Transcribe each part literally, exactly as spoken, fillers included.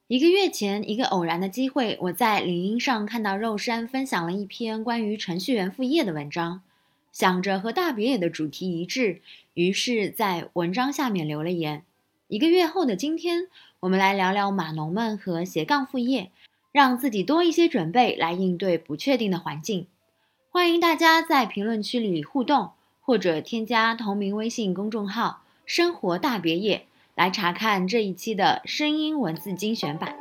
一个月前，一个偶然的机会，我在领英上看到肉山分享了一篇关于程序员副业的文章，想着和大别野的主题一致，于是，在文章下面留了言。一个月后的今天，我们来聊聊码农们和斜杠副业，让自己多一些准备来应对不确定的环境。欢迎大家在评论区里互动，或者添加同名微信公众号"生活大别野"。来查看这一期的声音文字精选版。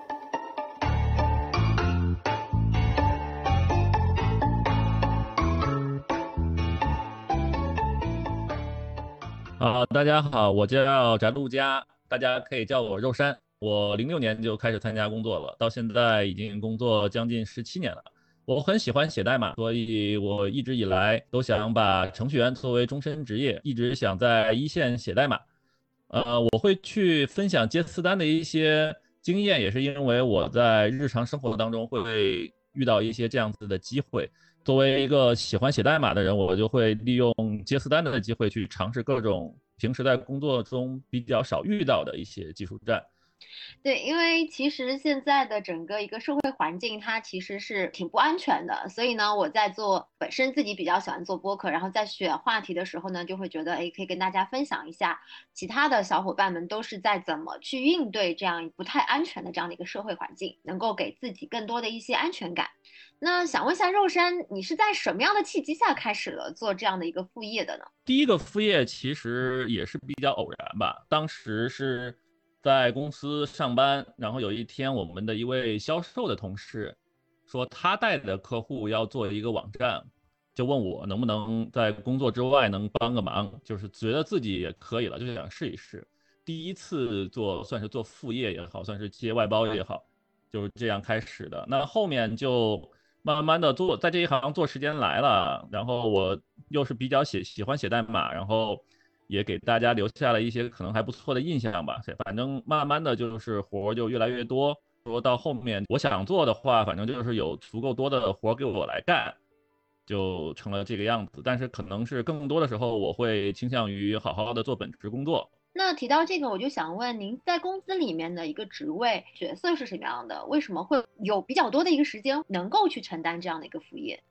啊，大家好，我叫翟陆佳，大家可以叫我肉山。我零六年就开始参加工作了，到现在已经工作将近十七年了。我很喜欢写代码，所以我一直以来都想把程序员作为终身职业，一直想在一线写代码。呃，我会去分享接私单的一些经验，也是因为我在日常生活当中会遇到一些这样子的机会。作为一个喜欢写代码的人，我就会利用接私单的机会去尝试各种平时在工作中比较少遇到的一些技术栈。 对，因为其实现在的整个一个社会环境，它其实是挺不安全的，所以呢，我在做本身自己比较喜欢做播客，然后在选话题的时候呢，就会觉得，哎，可以跟大家分享一下，其他的小伙伴们都是在怎么去应对这样不太安全的这样的一个社会环境，能够给自己更多的一些安全感。那想问一下肉山，你是在什么样的契机下开始了做这样的一个副业的呢？ 第一个副业其实也是比较偶然吧，当时是在公司上班，然后有一天我们的一位销售的同事说他带的客户要做一个网站，就问我能不能在工作之外能帮个忙，就是觉得自己也可以了，就想试一试。第一次做算是做副业也好，算是接外包也好，就是这样开始的。那后面就慢慢的做，在这一行做时间来了，然后我又是比较写喜欢写代码，然后也给大家留下了一些可能还不错的印象吧。反正慢慢的就是活就越来越多，说到后面我想做的话，反正就是有足够多的活给我来干，就成了这个样子。但是可能是更多的时候，我会倾向于好好的做本职工作。 那提到这个，我就想问您在公司里面的一个职位角色是什么样的？为什么会有比较多的一个时间能够去承担这样的一个副业？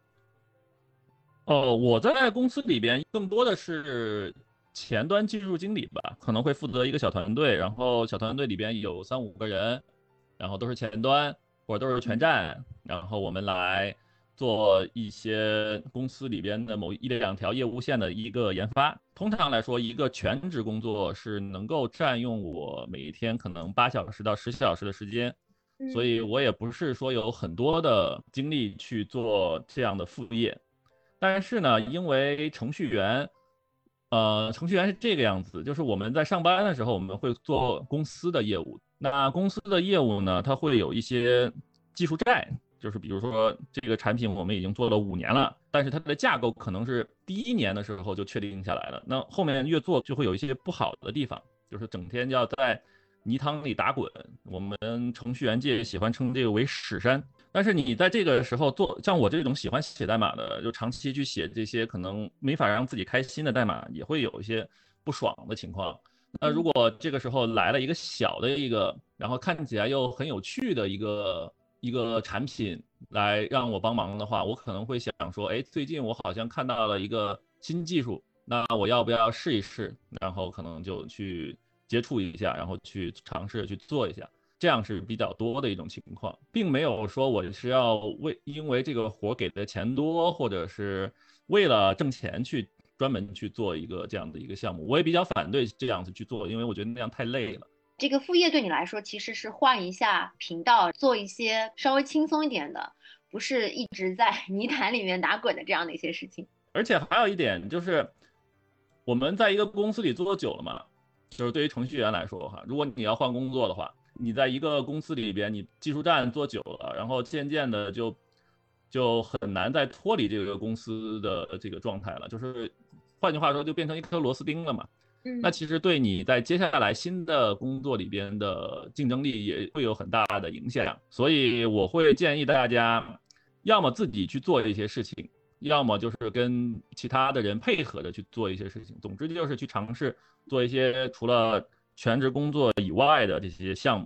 哦，我在公司里边更多的是前端技术经理吧，可能会负责一个小团队，然后小团队里边有三五个人，然后都是前端或者都是全站，然后我们来做一些公司里边的某一两条业务线的一个研发。通常来说，一个全职工作是能够占用我每一天可能八小时到十小时的时间，所嗯。 以我也不是说有很多的精力去做这样的副业。但是呢，因为程序员，呃，程序员是这个样子，就是我们在上班的时候，我们会做公司的业务。那公司的业务呢，它会有一些技术债，就是比如说这个产品我们已经做了五年了，但是它的架构可能是第一年的时候就确定下来了，那后面越做就会有一些不好的地方，就是整天要在泥汤里打滚。我们程序员界喜欢称这个为屎山。但是你在这个时候做，像我这种喜欢写代码的，就长期去写这些可能没法让自己开心的代码，也会有一些不爽的情况。那如果这个时候来了一个小的一个，然后看起来又很有趣的一个一个产品来让我帮忙的话，我可能会想说，哎，最近我好像看到了一个新技术，那我要不要试一试？然后可能就去接触一下，然后去尝试去做一下。这样是比较多的一种情况，并没有说我是要为因为这个活给的钱多，或者是为了挣钱去专门去做一个这样的一个项目。我也比较反对这样子去做，因为我觉得那样太累了。 这个副业对你来说其实是换一下频道，做一些稍微轻松一点的，不是一直在泥潭里面打滚的这样的一些事情。 而且还有一点就是，我们在一个公司里做久了嘛，就是对于程序员来说哈，如果你要换工作的话，你在一个公司里边，你技术站做久了，然后渐渐的就就很难再脱离这个公司的这个状态了，就是换句话说，就变成一颗螺丝钉了嘛。那嗯。 其实对你在接下来新的工作里边的竞争力也会有很大的影响，所以我会建议大家，要么自己去做一些事情，要么就是跟其他的人配合着去做一些事情。总之就是去尝试做一些除了全职工作以外的这些项目，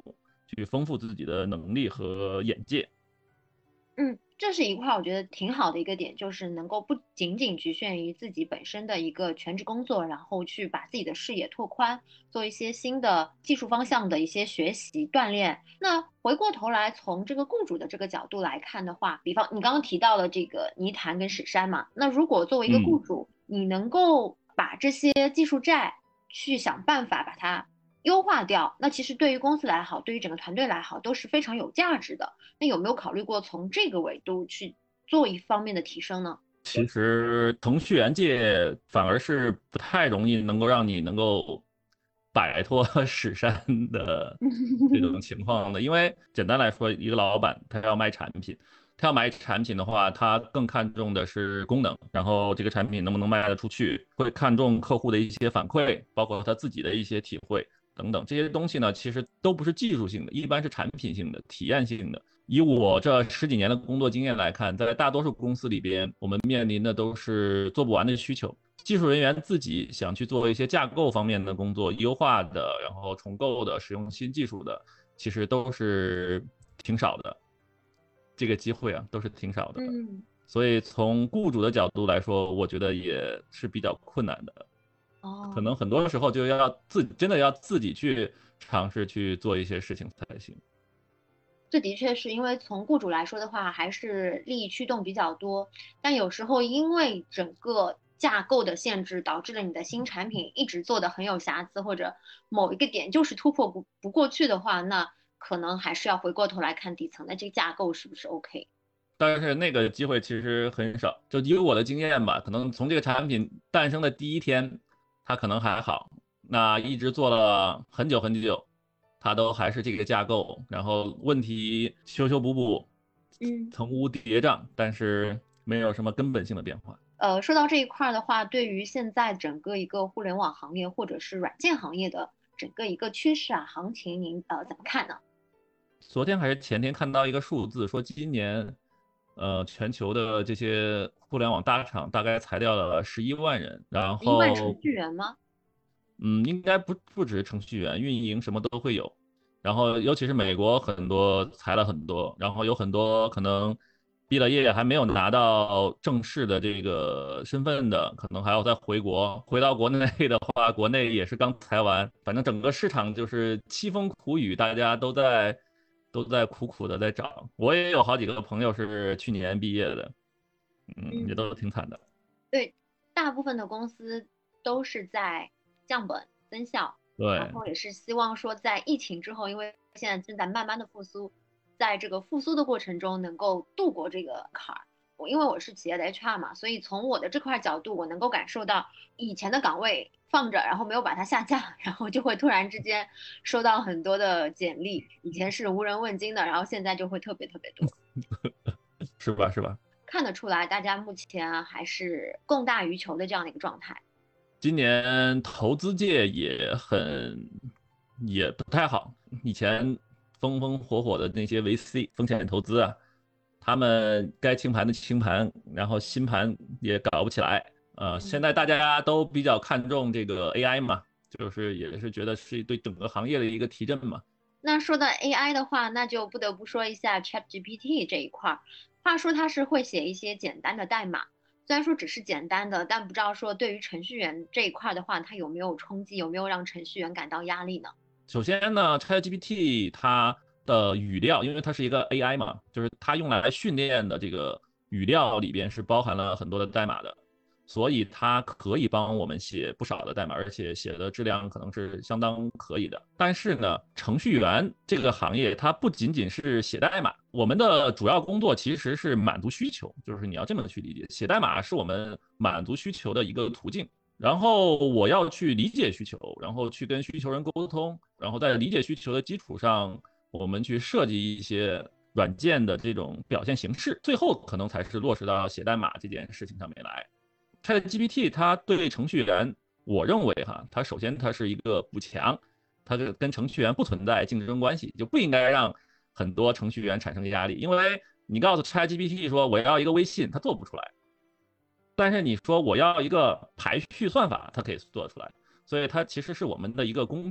去丰富自己的能力和眼界。 嗯，这是一块我觉得挺好的一个点，就是能够不仅仅局限于自己本身的一个全职工作，然后去把自己的视野拓宽，做一些新的技术方向的一些学习锻炼。那回过头来，从这个雇主的这个角度来看的话，比方你刚刚提到了这个泥潭跟史山嘛，那如果作为一个嗯， 雇主，你能够把这些技术债去想办法把它优化掉，那其实对于公司来好，对于整个团队来好，都是非常有价值的。那有没有考虑过从这个维度去做一方面的提升呢？ 其实程序员界反而是不太容易能够让你能够摆脱史山的这种情况的，因为简单来说，一个老板他要卖产品，他要买产品的话，他更看重的是功能，然后这个产品能不能卖得出去，会看重客户的一些反馈，包括他自己的一些体会等等，这些东西呢，其实都不是技术性的，一般是产品性的、体验性的。以我这十几年的工作经验来看，在大多数公司里边，我们面临的都是做不完的需求。技术人员自己想去做一些架构方面的工作，优化的，然后重构的，使用新技术的，其实都是挺少的。这个机会啊，都是挺少的。 嗯， 所以从雇主的角度来说，我觉得也是比较困难的。可哦， 能很多时候就要自真的要自己去尝试去做一些事情才行。 这的确是因为从雇主来说的话，还是利益驱动比较多，但有时候因为整个架构的限制，导致了你的新产品一直做的很有瑕疵，或者某一个点就是突破不不过去的话，那可能还是要回过头来看底层的这个架构是不是 OK。 但是那个机会其实很少，就以我的经验吧，可能从这个产品诞生的第一天，它可能还好，那一直做了很久很久，它都还是这个架构，然后问题修修补补， 嗯。 层屋叠嶂，但是没有什么根本性的变化。 呃，说到这一块儿的话，对于现在整个一个互联网行业或者是软件行业的整个一个趋势啊，行情，您呃怎么看呢？ 昨天还是前天看到一个数字，说今年，呃，全球的这些互联网大厂大概裁掉了十一万人，然一万程后序员吗？ 嗯，应该不不止程序员，运营什么都会有。然后尤其是美国很多裁了很多，然后有很多可能毕了业还没有拿到正式的这个身份的，可能还要再回国。回到国内的话，国内也是刚裁完，反正整个市场就是凄风苦雨，大家都在都在苦苦的在找。我也有好几个朋友是去年毕业的，嗯，也嗯， 都挺惨的。 对，大部分的公司都是在降本增效，然对， 后也是希望说在疫情之后，因为现在正在慢慢的复苏，在这个复苏的过程中能够度过这个坎儿。我因为我是企业的 H R 嘛，所以从我的这块角度，我能够感受到以前的岗位放着，然后没有把它下架，然后就会突然之间收到很多的简历，以前是无人问津的，然后现在就会特别特别多。 是吧？是吧？ 看得出来，大家目前还是供大于求的这样的一个状态。 今年投资界也很也不太好，以前风风火火的那些 V C 风险投资啊，他们该清盘的清盘，然后新盘也搞不起来。呃，现嗯， 在大家都比较看重这个 A I 嘛，就是也是觉得是对整个行业的一个提振嘛。 那说到 A I 的话，那就不得不说一下 ChatGPT 这一块儿。话说它是会写一些简单的代码，虽然说只是简单的，但不知道说对于程序员这一块儿的话，它有没有冲击，有没有让程序员感到压力呢？ 首先呢，ChatGPT 它的语料，因为它是一个 A I 嘛，就是它用来训练的这个语料里边是包含了很多的代码的，所以它可以帮我们写不少的代码，而且写的质量可能是相当可以的。但是呢，程序员这个行业它不仅仅是写代码，我们的主要工作其实是满足需求，就是你要这么去理解，写代码是我们满足需求的一个途径。然后我要去理解需求，然后去跟需求人沟通，然后在理解需求的基础上，我们去设计一些软件的这种表现形式，最后可能才是落实到写代码这件事情上面来。ChatGPT 它对程序员，我认为哈，它首先它是一个补强，它跟程序员不存在竞争关系，就不应该让很多程序员产生压力，因为你告诉 ChatGPT 说我要一个微信，它做不出来。但是你说我要一个排序算法，它可以做出来，所以它其实是我们的一个工具。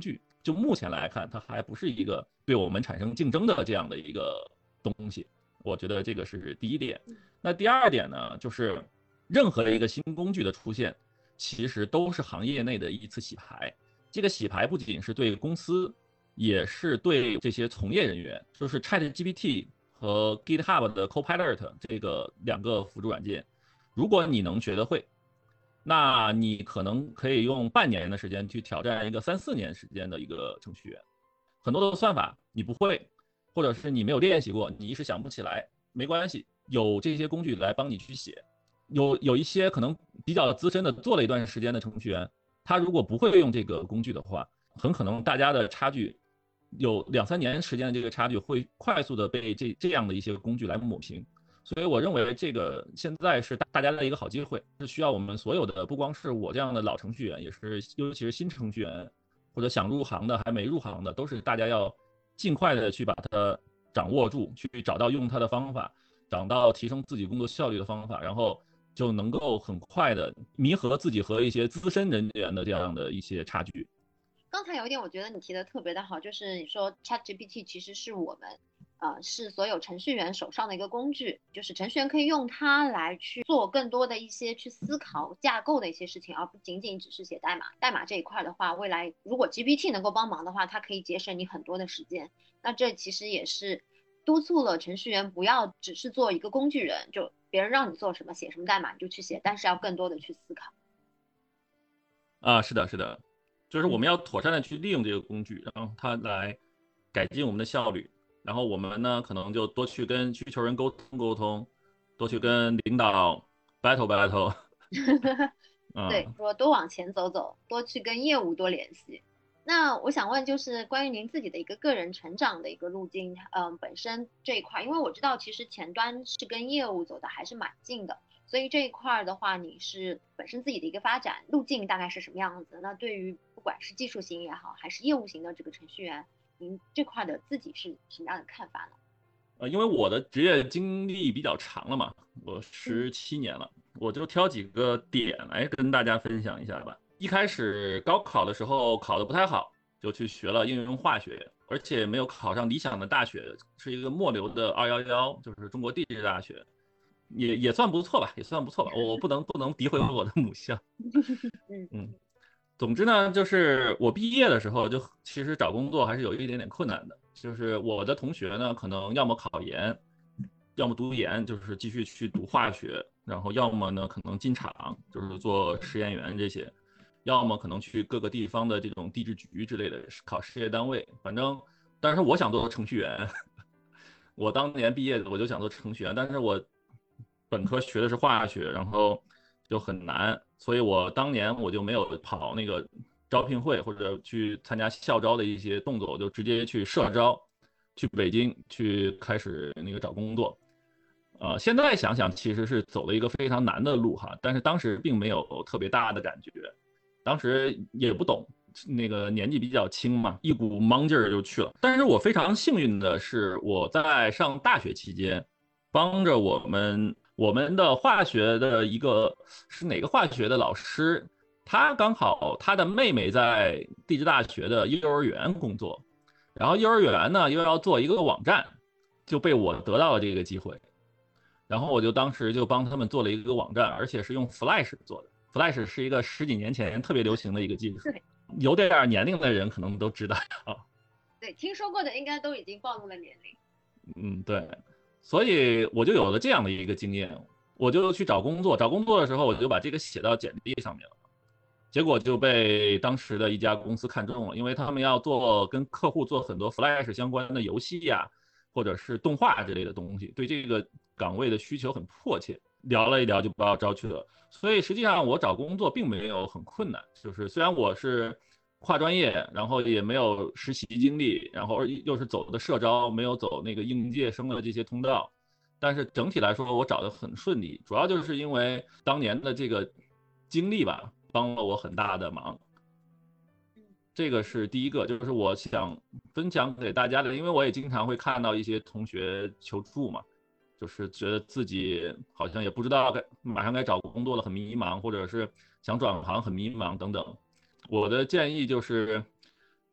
就目前来看，它还不是一个对我们产生竞争的这样的一个东西。我觉得这个是第一点。那第二点呢，就是任何一个新工具的出现，其实都是行业内的一次洗牌。这个洗牌不仅是对公司，也是对这些从业人员，就是 ChatGPT 和 GitHub 的 Copilot 这个两个辅助软件，如果你能学得会，那你可能可以用半年的时间去挑战一个三四年时间的一个程序员。很多的算法你不会，或者是你没有练习过，你一时想不起来，没关系，有这些工具来帮你去写。有有一些可能比较资深的做了一段时间的程序员，他如果不会用这个工具的话，很可能大家的差距有两三年时间的这个差距会快速的被这这样的一些工具来抹平。所以我认为这个现在是大家的一个好机会，是需要我们所有的，不光是我这样的老程序员，也是尤其是新程序员或者想入行的还没入行的，都是大家要尽快的去把它掌握住，去找到用它的方法，找到提升自己工作效率的方法，然后就能够很快的弥合自己和一些资深人员的这样的一些差距。 刚才有一点我觉得你提的特别的好，就是你说 ChatGPT 其实是我们呃是所有程序员手上的一个工具，就是程序员可以用它来去做更多的一些去思考架构的一些事情，而不仅仅只是写代码。代码这一块的话，未来如果 G P T 能够帮忙的话，它可以节省你很多的时间。那这其实也是督促了程序员不要只是做一个工具人，就别人让你做什么写什么代码你就去写，但是要更多的去思考。 啊，是的，是的，就是我们要妥善的去利用这个工具，让它来改进我们的效率。然后我们呢，可能就多去跟需求人沟通沟通，多去跟领导 battle battle 对， 嗯， 说多往前走走，多去跟业务多联系。那我想问，就是关于您自己的一个个人成长的一个路径，嗯，本身这一块，因为我知道其实前端是跟业务走的还是蛮近的，所以这一块的话，你是本身自己的一个发展路径大概是什么样子？那对于不管是技术型也好，还是业务型的这个程序员，您这块的自己是什么样的看法呢？ 呃，因为我的职业经历比较长了嘛，我嗯十七年了，我就挑几个点来跟大家分享一下吧。一开始高考的时候考得不太好，就去学了应用化学，而且没有考上理想的大学，是一个末流的二幺幺，就是中国地质大学，也也算不错吧，也算不错吧。我我不能不能诋毁我的母校， 嗯嗯。总之呢，就是我毕业的时候就其实找工作还是有一点点困难的。就是我的同学呢，可能要么考研，要么读研，就是继续去读化学，然后要么呢可能进厂，就是做实验员这些，要么可能去各个地方的这种地质局之类的考事业单位。反正，但是我想做程序员，我当年毕业我就想做程序员，但是我本科学的是化学，然后就很难，所以我当年我就没有跑那个招聘会或者去参加校招的一些动作，我就直接去社招，去北京去开始那个找工作。呃，现在想想其实是走了一个非常难的路哈，但是当时并没有特别大的感觉，当时也不懂，那个年纪比较轻嘛，一股莽劲儿就去了。但是我非常幸运的是，我在上大学期间，帮着我们我们的化学的一个是哪个化学的老师，他刚好他的妹妹在地质大学的幼儿园工作，然后幼儿园呢又要做一个网站，就被我得到了这个机会。然后我就当时就帮他们做了一个网站，而且是用 Flash 做的。Flash 是一个十几年前特别流行的一个技术， 对有点年龄的人可能都知道。 对，听说过的应该都已经暴露了年龄。 嗯，对，所以我就有了这样的一个经验，我就去找工作。找工作的时候，我就把这个写到简历上面了，结果就被当时的一家公司看中了，因为他们要做跟客户做很多 Flash 相关的游戏呀、或者是动画之类的东西，对这个岗位的需求很迫切。聊了一聊就把我招去了，所以实际上我找工作并没有很困难，就是虽然我是跨专业，然后也没有实习经历，然后又是走的社招，没有走那个应届生的这些通道，但是整体来说我找的很顺利，主要就是因为当年的这个经历吧，帮了我很大的忙。这个是第一个，就是我想分享给大家的，因为我也经常会看到一些同学求助嘛，就是觉得自己好像也不知道该马上该找工作了，很迷茫，或者是想转行很迷茫等等。我的建议就是，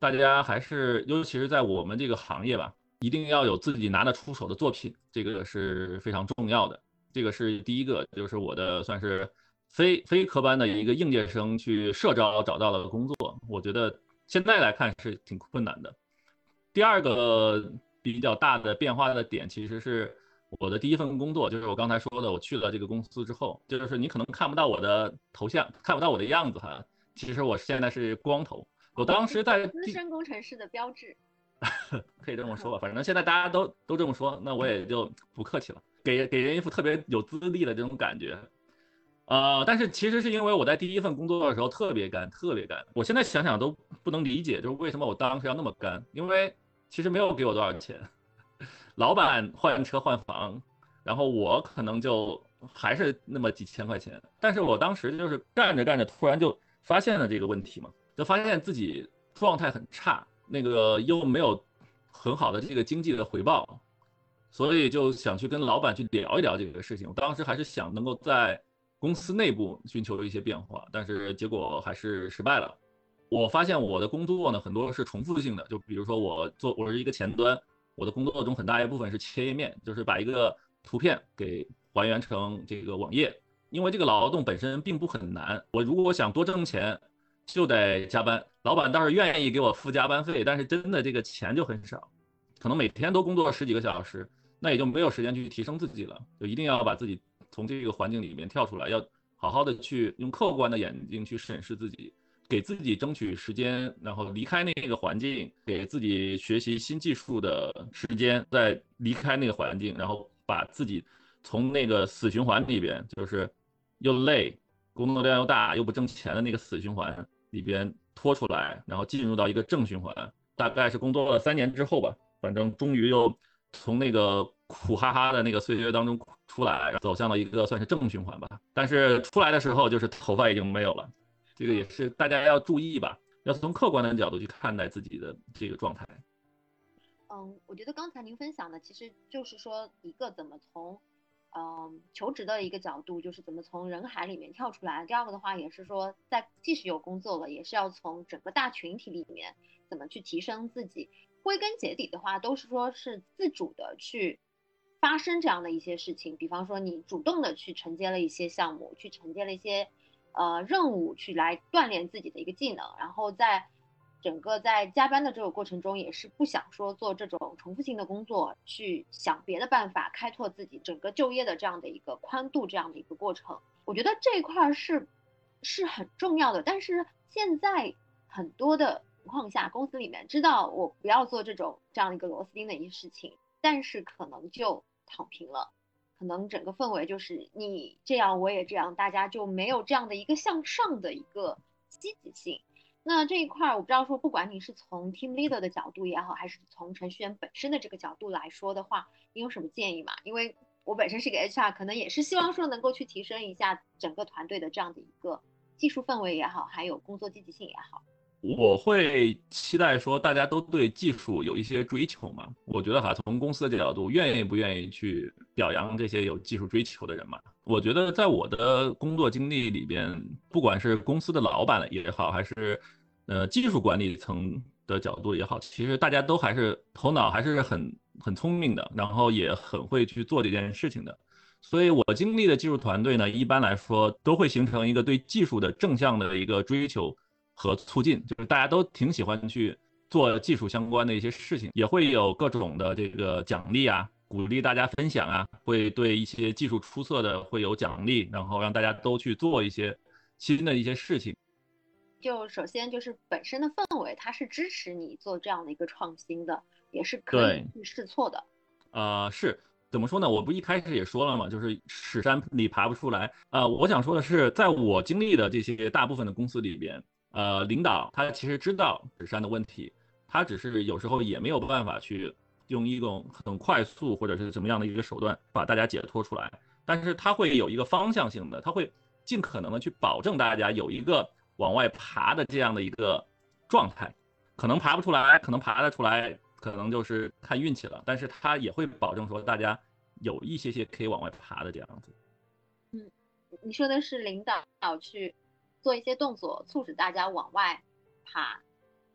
大家还是尤其是在我们这个行业吧，一定要有自己拿得出手的作品，这个是非常重要的。这个是第一个，就是我的算是非非科班的一个应届生去社招找到了工作，我觉得现在来看是挺困难的。第二个比较大的变化的点，其实是我的第一份工作，就是我刚才说的，我去了这个公司之后，就是你可能看不到我的头像，看不到我的样子哈，其实我现在是光头。我当时在资深工程师的标志， 可以这么说吧，反正现在大家都都这么说，那我也就不客气了，给给人一副特别有资历的这种感觉。呃，但是其实是因为我在第一份工作的时候特别干，特别干。我现在想想都不能理解，就是为什么我当时要那么干，因为其实没有给我多少钱，老板换车换房，然后我可能就还是那么几千块钱。但是我当时就是干着干着，突然就发现了这个问题嘛，就发现自己状态很差，那个又没有很好的这个经济的回报，所以就想去跟老板去聊一聊这个事情。我当时还是想能够在公司内部寻求一些变化，但是结果还是失败了。我发现我的工作呢，很多是重复性的，就比如说我做我是一个前端，我的工作中很大一部分是切页面，就是把一个图片给还原成这个网页。因为这个劳动本身并不很难，我如果想多挣钱，就得加班。老板倒是愿意给我付加班费，但是真的这个钱就很少，可能每天都工作十几个小时，那也就没有时间去提升自己了。就一定要把自己从这个环境里面跳出来，要好好的去用客观的眼睛去审视自己，给自己争取时间，然后离开那个环境，给自己学习新技术的时间，再离开那个环境，然后把自己从那个死循环里边，就是又累、工作量又大又不挣钱的那个死循环里边拖出来，然后进入到一个正循环。大概是工作了三年之后吧，反正终于又从那个苦哈哈的那个岁月当中出来，走向了一个算是正循环吧。但是出来的时候，就是头发已经没有了，这个也是大家要注意吧，要从客观的角度去看待自己的这个状态。 嗯，我觉得刚才您分享的其实就是说一个怎么从嗯求职的一个角度，就是怎么从人海里面跳出来。第二个的话也是说，在即使有工作了，也是要从整个大群体里面怎么去提升自己。归根结底的话，都是说是自主的去发生这样的一些事情。比方说，你主动的去承接了一些项目，去承接了一些呃任务，去来锻炼自己的一个技能，然后在整个在加班的这个过程中，也是不想说做这种重复性的工作，去想别的办法开拓自己整个就业的这样的一个宽度，这样的一个过程。我觉得这一块是是很重要的。但是现在很多的情况下，公司里面知道我不要做这种这样一个螺丝钉的一些事情，但是可能就躺平了。可能整个氛围就是你这样我也这样，大家就没有这样的一个向上的一个积极性。那这一块我不知道说，不管你是从 team leader 的角度也好，还是从程序员本身的这个角度来说的话，你有什么建议吗？因为我本身是个 H R， 可能也是希望说能够去提升一下整个团队的这样的一个技术氛围也好，还有工作积极性也好。 我会期待说大家都对技术有一些追求嘛。我觉得哈，从公司的角度，愿意不愿意去表扬这些有技术追求的人嘛？我觉得在我的工作经历里边，不管是公司的老板也好，还是呃技术管理层的角度也好，其实大家都还是头脑还是很很聪明的，然后也很会去做这件事情的。所以我经历的技术团队呢，一般来说都会形成一个对技术的正向的一个追求和促进，就是大家都挺喜欢去做技术相关的一些事情，也会有各种的这个奖励啊，鼓励大家分享啊，会对一些技术出色的会有奖励，然后让大家都去做一些新的一些事情。 就首先就是本身的氛围，它是支持你做这样的一个创新的，也是可以对， 去试错的。 呃，是怎么说呢？我不一开始也说了嘛，就是屎山里爬不出来。呃，我想说的是，在我经历的这些大部分的公司里边，呃，领导他其实知道屎山的问题，他只是有时候也没有办法去用一种很快速或者是怎么样的一个手段把大家解脱出来，但是他会有一个方向性的，他会尽可能的去保证大家有一个往外爬的这样的一个状态，可能爬不出来，可能爬得出来。可能就是看运气了，但是他也会保证说大家有一些些可以往外爬的这样子。 嗯，你说的是领导去做一些动作，促使大家往外爬。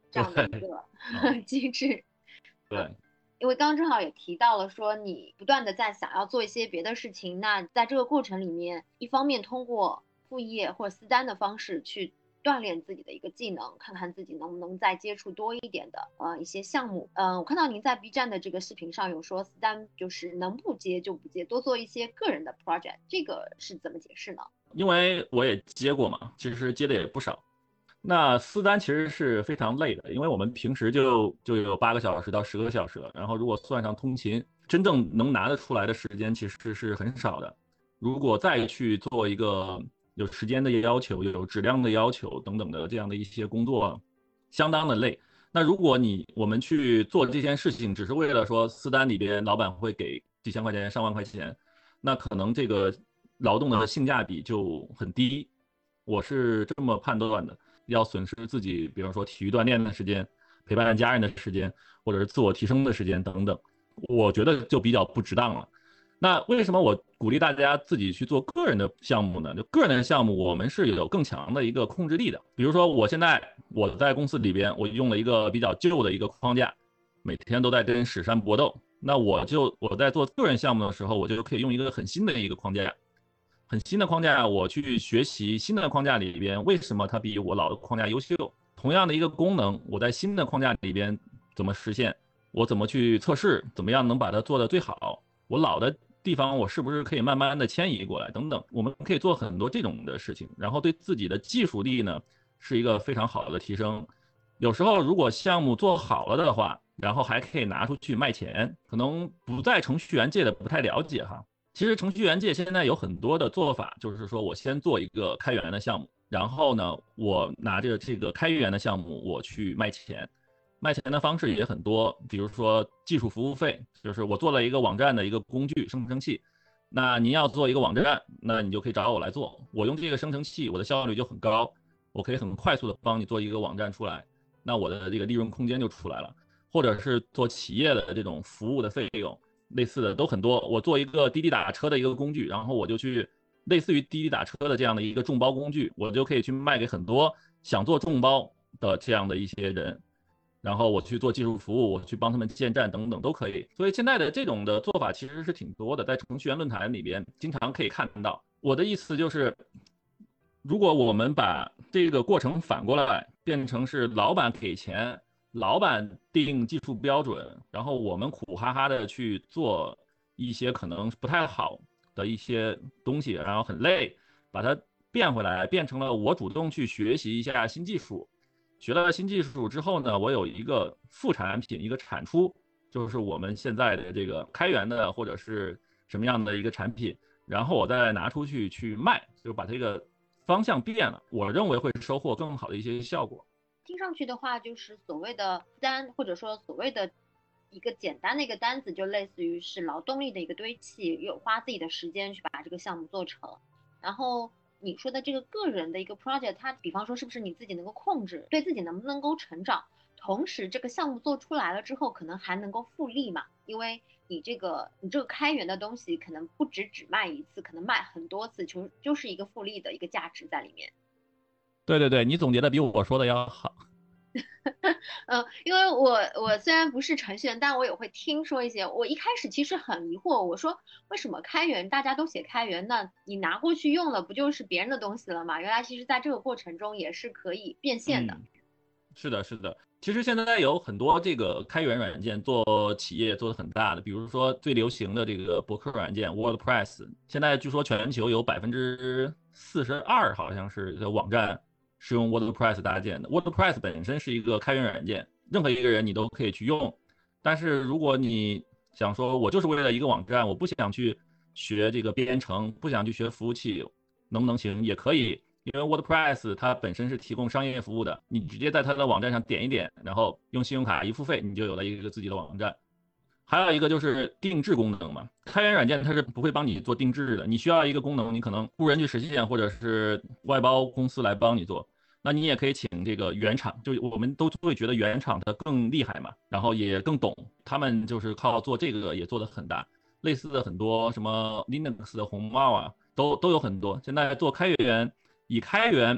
这样的一个机制。 对， 因为刚刚正好也提到了说你不断的在想要做一些别的事情，那在这个过程里面，一方面通过副业或者私单的方式去锻炼自己的一个技能，看看自己能不能再接触多一点的呃一些项目。嗯、呃，我看到您在 B 站的这个视频上有说私单就是能不接就不接，多做一些个人的 project， 这个是怎么解释呢？ 因为我也接过嘛，其实接的也不少。那私单其实是非常累的，因为我们平时就就有八个小时到十个小时了，然后如果算上通勤，真正能拿得出来的时间其实是很少的。如果再去做一个有时间的要求、有质量的要求等等的这样的一些工作，相当的累。那如果你我们去做这件事情，只是为了说私单里边老板会给几千块钱、上万块钱，那可能这个劳动的性价比就很低。我是这么判断的。要损失自己，比方说体育锻炼的时间、陪伴家人的时间，或者是自我提升的时间等等，我觉得就比较不值当了。那为什么我鼓励大家自己去做个人的项目呢？就个人的项目，我们是有更强的一个控制力的。比如说，我现在我在公司里边，我用了一个比较旧的一个框架，每天都在跟史山搏斗。那我就我在做个人项目的时候，我就可以用一个很新的一个框架。很新的框架，我去学习新的框架里边为什么它比我老的框架优秀。同样的一个功能，我在新的框架里边怎么实现，我怎么去测试，怎么样能把它做得最好，我老的地方我是不是可以慢慢的迁移过来等等，我们可以做很多这种的事情，然后对自己的技术力呢是一个非常好的提升。有时候如果项目做好了的话，然后还可以拿出去卖钱，可能不在程序员界的不太了解哈。其实程序员界现在有很多的做法，就是说我先做一个开源的项目，然后呢，我拿着这个开源的项目我去卖钱，卖钱的方式也很多，比如说技术服务费，就是我做了一个网站的一个工具生成器，那您要做一个网站，那你就可以找我来做，我用这个生成器，我的效率就很高，我可以很快速的帮你做一个网站出来，那我的这个利润空间就出来了，或者是做企业的这种服务的费用。类似的都很多，我做一个滴滴打车的一个工具，然后我就去类似于滴滴打车的这样的一个众包工具，我就可以去卖给很多想做众包的这样的一些人，然后我去做技术服务，我去帮他们建站等等都可以。所以现在的这种的做法其实是挺多的，在程序员论坛里边经常可以看到。我的意思就是，如果我们把这个过程反过来，变成是老板给钱。老板定技术标准，然后我们苦哈哈的去做一些可能不太好的一些东西，然后很累，把它变回来，变成了我主动去学习一下新技术，学了新技术之后呢，我有一个副产品，一个产出，就是我们现在的这个开源的或者是什么样的一个产品，然后我再拿出去去卖，就把这个方向变了，我认为会收获更好的一些效果。 听上去的话，就是所谓的单，或者说所谓的一个简单的一个单子，就类似于是劳动力的一个堆砌，有花自己的时间去把这个项目做成。然后你说的这个个人的一个 project， 它比方说是不是你自己能够控制，对自己能不能够成长，同时这个项目做出来了之后，可能还能够复利嘛？因为你这个你这个开源的东西，可能不只只卖一次，可能卖很多次，就就是一个复利的一个价值在里面。 对对对，你总结的比我说的要好。 嗯，因为我我虽然不是程序员，但我也会听说一些。我一开始其实很疑惑，我说为什么开源大家都写开源，那你拿过去用了，不就是别人的东西了吗？原来其实在这个过程中也是可以变现的。 嗯，是的，是的。其实现在有很多这个开源软件做企业做的很大的，比如说最流行的这个博客软件 WordPress，现在据说全球有百分之四十二好像是的网站是用 WordPress 搭建的。WordPress 本身是一个开源软件，任何一个人你都可以去用。但是如果你想说，我就是为了一个网站，我不想去学这个编程，不想去学服务器，能不能行？也可以。因为 WordPress 它本身是提供商业服务的，你直接在它的网站上点一点，然后用信用卡一付费，你就有了一个自己的网站。还有一个就是定制功能嘛，开源软件它是不会帮你做定制的，你需要一个功能，你可能雇人去实现，或者是外包公司来帮你做。那你也可以请这个原厂，就我们都会觉得原厂它更厉害嘛，然后也更懂，他们就是靠做这个也做得很大。类似的很多什么 Linux 的红帽啊，都都有很多。现在做开源。以开源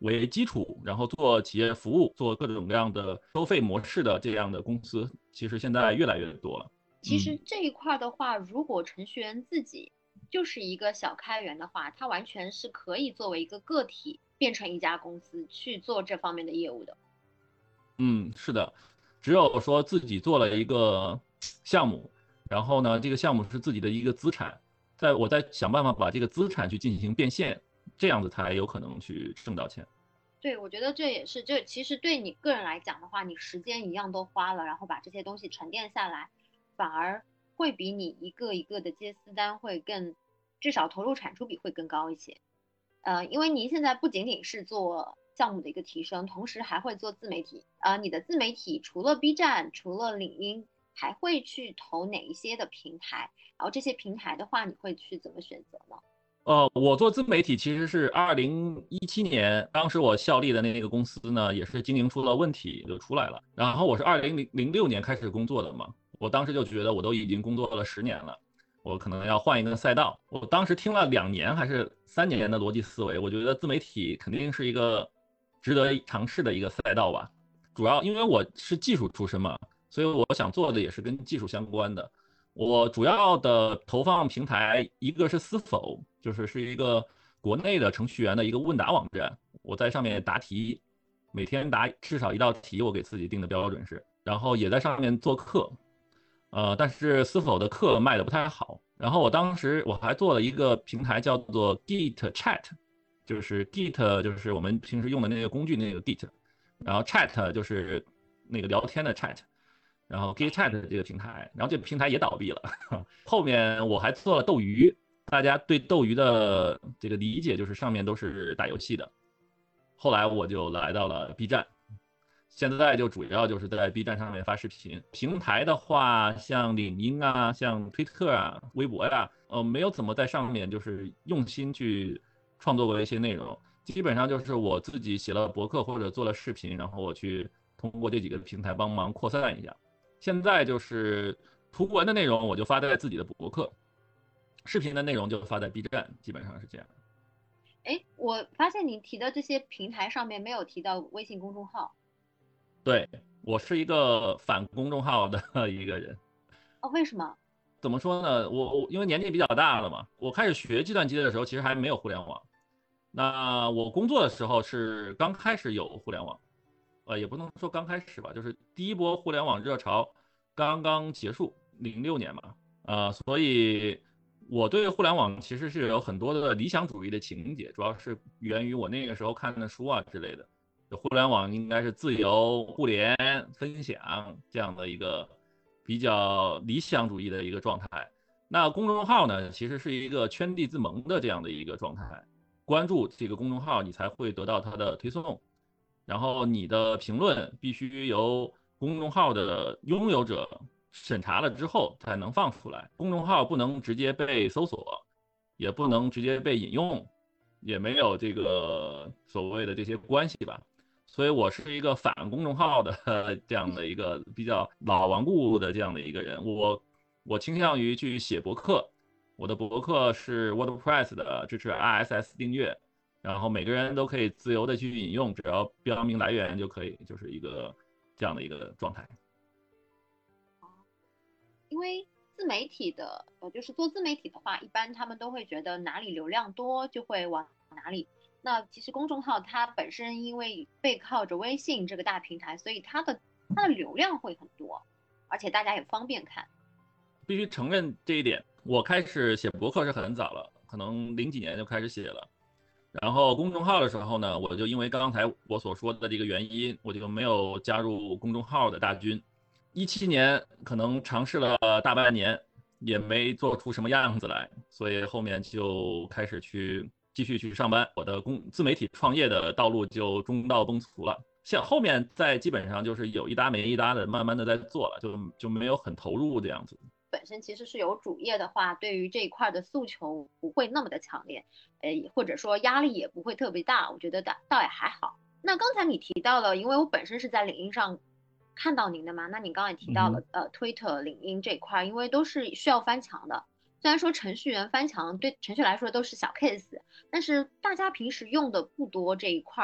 为基础，然后做企业服务，做各种各样的收费模式的这样的公司，其实现在越来越多了。 其实这一块的话，如果程序员自己就是一个小开源的话，他完全是可以作为一个个体变成一家公司去做这方面的业务的。 嗯，是的，只有说自己做了一个项目，然后呢，这个项目是自己的一个资产，在我在想办法把这个资产去进行变现，这样子才有可能去挣到钱。 对，我觉得这也是，这其实对你个人来讲的话，你时间一样都花了，然后把这些东西沉淀下来，反而会比你一个一个的接私单会更，至少投入产出比会更高一些。呃，因为您现在不仅仅是做项目的一个提升，同时还会做自媒体。呃，你的自媒体除了 B 站，除了领英，还会去投哪一些的平台？然后这些平台的话，你会去怎么选择呢？ 呃，我做自媒体其实是二零一七年，当时我效力的那个公司呢，也是经营出了问题就出来了。然后我是二零零六年开始工作的嘛，我当时就觉得我都已经工作了十年了，我可能要换一个赛道。我当时听了两年还是三年的逻辑思维，我觉得自媒体肯定是一个值得尝试的一个赛道吧。主要因为我是技术出身嘛，所以我想做的也是跟技术相关的。我主要的投放平台一个是思否，就是是一个国内的程序员的一个问答网站，我在上面答题，每天答至少一道题，我给自己定的标准是，然后也在上面做课，呃，但是思否的课卖的不太好。然后我当时我还做了一个平台叫做 Git Chat，就是 Git 就是我们平时用的那个工具那个 Git，然后 Chat 就是那个聊天的 Chat。然后 GitChat 这个平台，然后这个平台也倒闭了。后面我还做了斗鱼，大家对斗鱼的这个理解就是上面都是打游戏的。后来我就来到了 B 站，现在就主要就是在 B 站上面发视频。平台的话，像领英啊，像推特啊、微博呀、啊，呃，没有怎么在上面就是用心去创作过一些内容，基本上就是我自己写了博客或者做了视频，然后我去通过这几个平台帮忙扩散一下。现在就是图文的内容我就发在自己的博客，视频的内容就发在 B 站，基本上是这样。 哎，我发现你提的这些平台上面没有提到微信公众号。 对，我是一个反公众号的一个人。 哦，为什么？ 怎么说呢？我我因为年纪比较大了嘛，我开始学计算机的时候，其实还没有互联网。那我工作的时候是刚开始有互联网，呃，也不能说刚开始吧，就是第一波互联网热潮刚刚结束，零六年嘛，呃，所以我对互联网其实是有很多的理想主义的情节，主要是源于我那个时候看的书啊之类的。就互联网应该是自由、互联、分享这样的一个比较理想主义的一个状态。那公众号呢，其实是一个圈地自萌的这样的一个状态。关注这个公众号，你才会得到它的推送，然后你的评论必须由公众号的拥有者审查了之后才能放出来。公众号不能直接被搜索，也不能直接被引用，也没有这个所谓的这些关系吧。所以我是一个反公众号的这样的一个比较老顽固的这样的一个人。我我倾向于去写博客，我的博客是 WordPress 的，支持 R S S 订阅，然后每个人都可以自由的去引用，只要标明来源就可以，就是一个这样的一个状态。 因为自媒体的，呃，就是做自媒体的话，一般他们都会觉得哪里流量多就会往哪里。那其实公众号它本身因为背靠着微信这个大平台，所以它的它的流量会很多，而且大家也方便看。 必须承认这一点。我开始写博客是很早了，可能零几年就开始写了。然后公众号的时候呢，我就因为刚才我所说的这个原因，我就没有加入公众号的大军。一七年可能尝试了大半年，也没做出什么样子来，所以后面就开始去继续去上班，我的公自媒体创业的道路就中道崩殂了。像后面在基本上就是有一搭没一搭的，慢慢的在做了，就就没有很投入这样子。 本身其实是有主业的话，对于这一块的诉求不会那么的强烈，呃，或者说压力也不会特别大，我觉得倒倒也还好。那刚才你提到了，因为我本身是在领英上看到您的嘛，那你刚刚也提到了， 嗯、 呃，推特、领英这一块，因为都是需要翻墙的。虽然说程序员翻墙对程序来说都是小 case，但是大家平时用的不多这一块，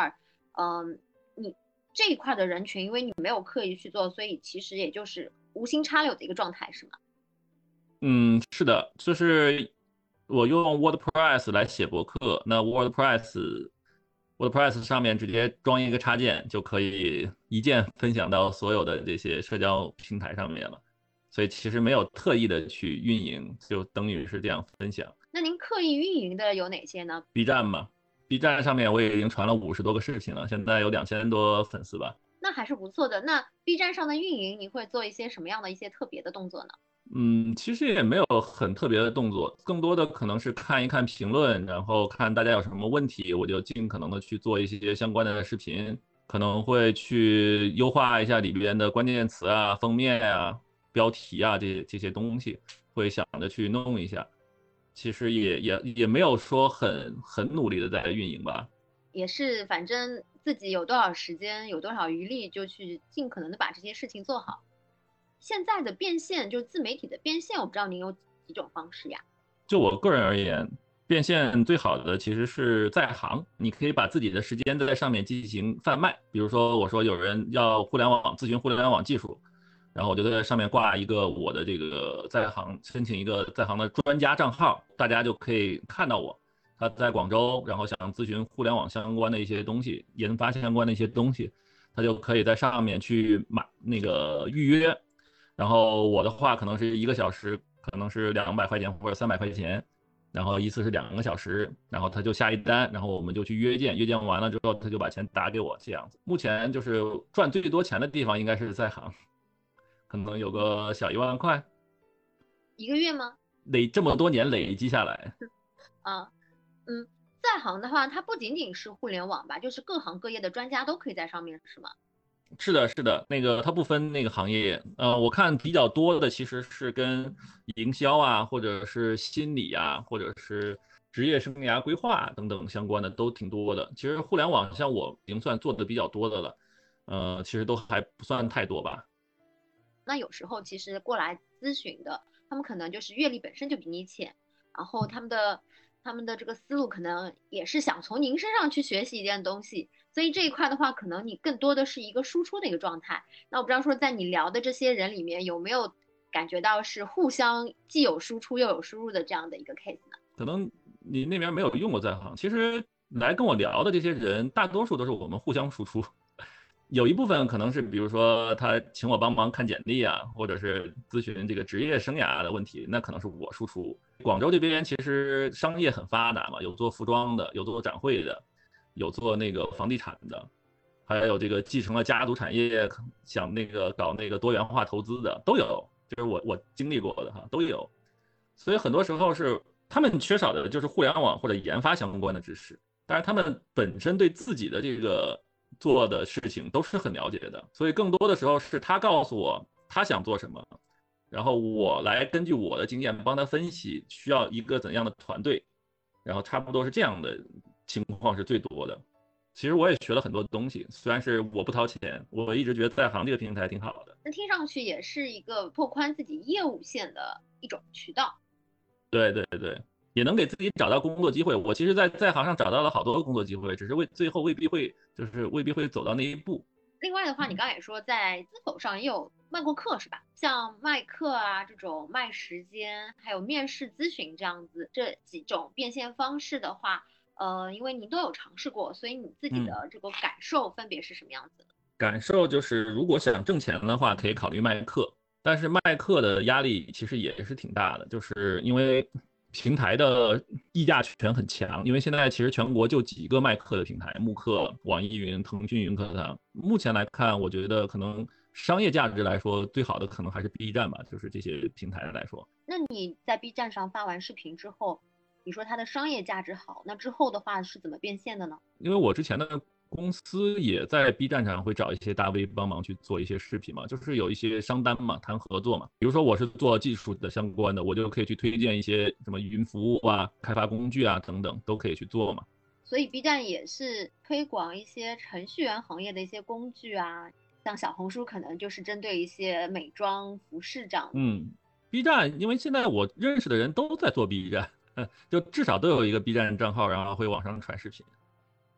嗯，你这一块的人群，因为你没有刻意去做，所以其实也就是无心插柳的一个状态，是吗？ 嗯，是的，就是我用 WordPress 来写博客，那 WordPress WordPress 上面直接装一个插件，就可以一键分享到所有的这些社交平台上面了。所以其实没有特意的去运营，就等于是这样分享。 那您刻意运营的有哪些呢？ B 站嘛，B 站上面我也已经传了五十多个视频了，现在有两千多粉丝吧。 那还是不错的。那 B 站上的运营，你会做一些什么样的一些特别的动作呢？ 嗯，其实也没有很特别的动作，更多的可能是看一看评论，然后看大家有什么问题，我就尽可能的去做一些相关的视频，可能会去优化一下里边的关键词啊、封面啊、标题啊这些这些东西，会想着去弄一下。其实也也也没有说很很努力的在运营吧。 也是，反正自己有多少时间，有多少余力，就去尽可能的把这些事情做好。现在的变现，就是自媒体的变现，我不知道您有几种方式呀？ 就我个人而言，变现最好的其实是在行，你可以把自己的时间在上面进行贩卖。比如说，我说有人要互联网咨询互联网技术，然后我就在上面挂一个我的这个在行，申请一个在行的专家账号，大家就可以看到我。他在广州，然后想咨询互联网相关的一些东西，研发相关的一些东西，他就可以在上面去买那个预约。然后我的话可能是一个小时，可能是两百块钱或者三百块钱，然后一次是两个小时，然后他就下一单，然后我们就去约见，约见完了之后他就把钱打给我，这样子。目前就是赚最多钱的地方应该是在行，可能有个小一万块， 一个月吗？ 累这么多年累积下来。 啊，嗯，在行的话，它不仅仅是互联网吧，就是各行各业的专家都可以在上面，是吗？ 是的，是的，那个它不分那个行业，呃，我看比较多的其实是跟营销啊，或者是心理啊，或者是职业生涯规划等等相关的都挺多的。其实互联网像我已经算做的比较多的了，呃，其实都还不算太多吧。 那有时候其实过来咨询的，他们可能就是阅历本身就比你浅，然后他们的他们的这个思路可能也是想从您身上去学习一件东西，所以这一块的话，可能你更多的是一个输出的一个状态。那我不知道说在你聊的这些人里面，有没有感觉到是互相既有输出又有输入的这样的一个 case 呢？ 可能你那边没有用过在行，其实来跟我聊的这些人，大多数都是我们互相输出。有一部分可能是，比如说他请我帮忙看简历啊，或者是咨询这个职业生涯的问题，那可能是我输出。广州这边其实商业很发达嘛，有做服装的，有做展会的，有做那个房地产的，还有这个继承了家族产业，想那个搞那个多元化投资的都有，就是我我经历过的哈都有。所以很多时候是他们缺少的就是互联网或者研发相关的知识，但是他们本身对自己的这个做的事情都是很了解的，所以更多的时候是他告诉我他想做什么，然后我来根据我的经验帮他分析需要一个怎样的团队，然后差不多是这样的情况是最多的。其实我也学了很多东西，虽然是我不掏钱，我一直觉得在行这个平台挺好的。 那听上去也是一个拓宽自己业务线的一种渠道。 对对对，也能给自己找到工作机会。我其实在，在行上找到了好多工作机会，只是为最后未必会，就是未必会走到那一步。 另外的话，你刚才也说在资否上也有卖过课是吧？像卖课啊这种卖时间，还有面试咨询这样子这几种变现方式的话，呃，因为您都有尝试过，所以你自己嗯， 的这个感受分别是什么样子的？ 感受就是，如果想挣钱的话，可以考虑卖课，但是卖课的压力其实也是挺大的，就是因为平台的议价权很强，因为现在其实全国就几个卖课的平台，慕课、网易云、腾讯云课堂。目前来看，我觉得可能商业价值来说，最好的可能还是 B 站吧，就是这些平台来说。 那你在 B 站上发完视频之后，你说它的商业价值好，那之后的话是怎么变现的呢？ 因为我之前的公司也在 B 站上会找一些大 V 帮忙去做一些视频嘛，就是有一些商单嘛，谈合作嘛。比如说我是做技术的相关的，我就可以去推荐一些什么云服务啊、开发工具啊等等，都可以去做嘛。 所以 B 站也是推广一些程序员行业的一些工具啊，像小红书可能就是针对一些美妆、服饰这样的。 嗯，B 站，因为现在我认识的人都在做 B 站，就至少都有一个 B 站账号，然后会往上传视频。